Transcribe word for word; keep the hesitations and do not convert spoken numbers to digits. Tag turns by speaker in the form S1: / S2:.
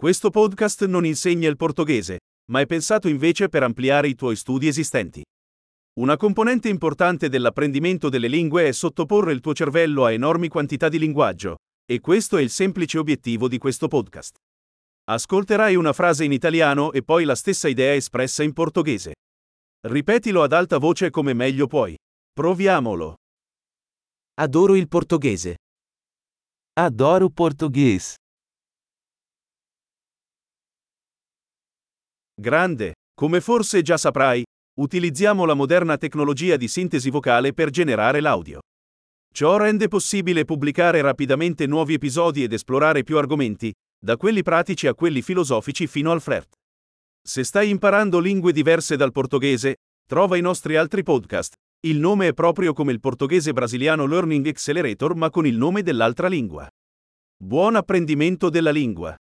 S1: Questo podcast non insegna il portoghese, ma è pensato invece per ampliare i tuoi studi esistenti. Una componente importante dell'apprendimento delle lingue è sottoporre il tuo cervello a enormi quantità di linguaggio, e questo è il semplice obiettivo di questo podcast. Ascolterai una frase in italiano e poi la stessa idea espressa in portoghese. Ripetilo ad alta voce come meglio puoi. Proviamolo.
S2: Adoro il portoghese.
S3: Adoro português.
S1: Grande. Come forse già saprai, utilizziamo la moderna tecnologia di sintesi vocale per generare l'audio. Ciò rende possibile pubblicare rapidamente nuovi episodi ed esplorare più argomenti, da quelli pratici a quelli filosofici fino al flirt. Se stai imparando lingue diverse dal portoghese, trova i nostri altri podcast. Il nome è proprio come il portoghese brasiliano Learning Accelerator ma con il nome dell'altra lingua. Buon apprendimento della lingua!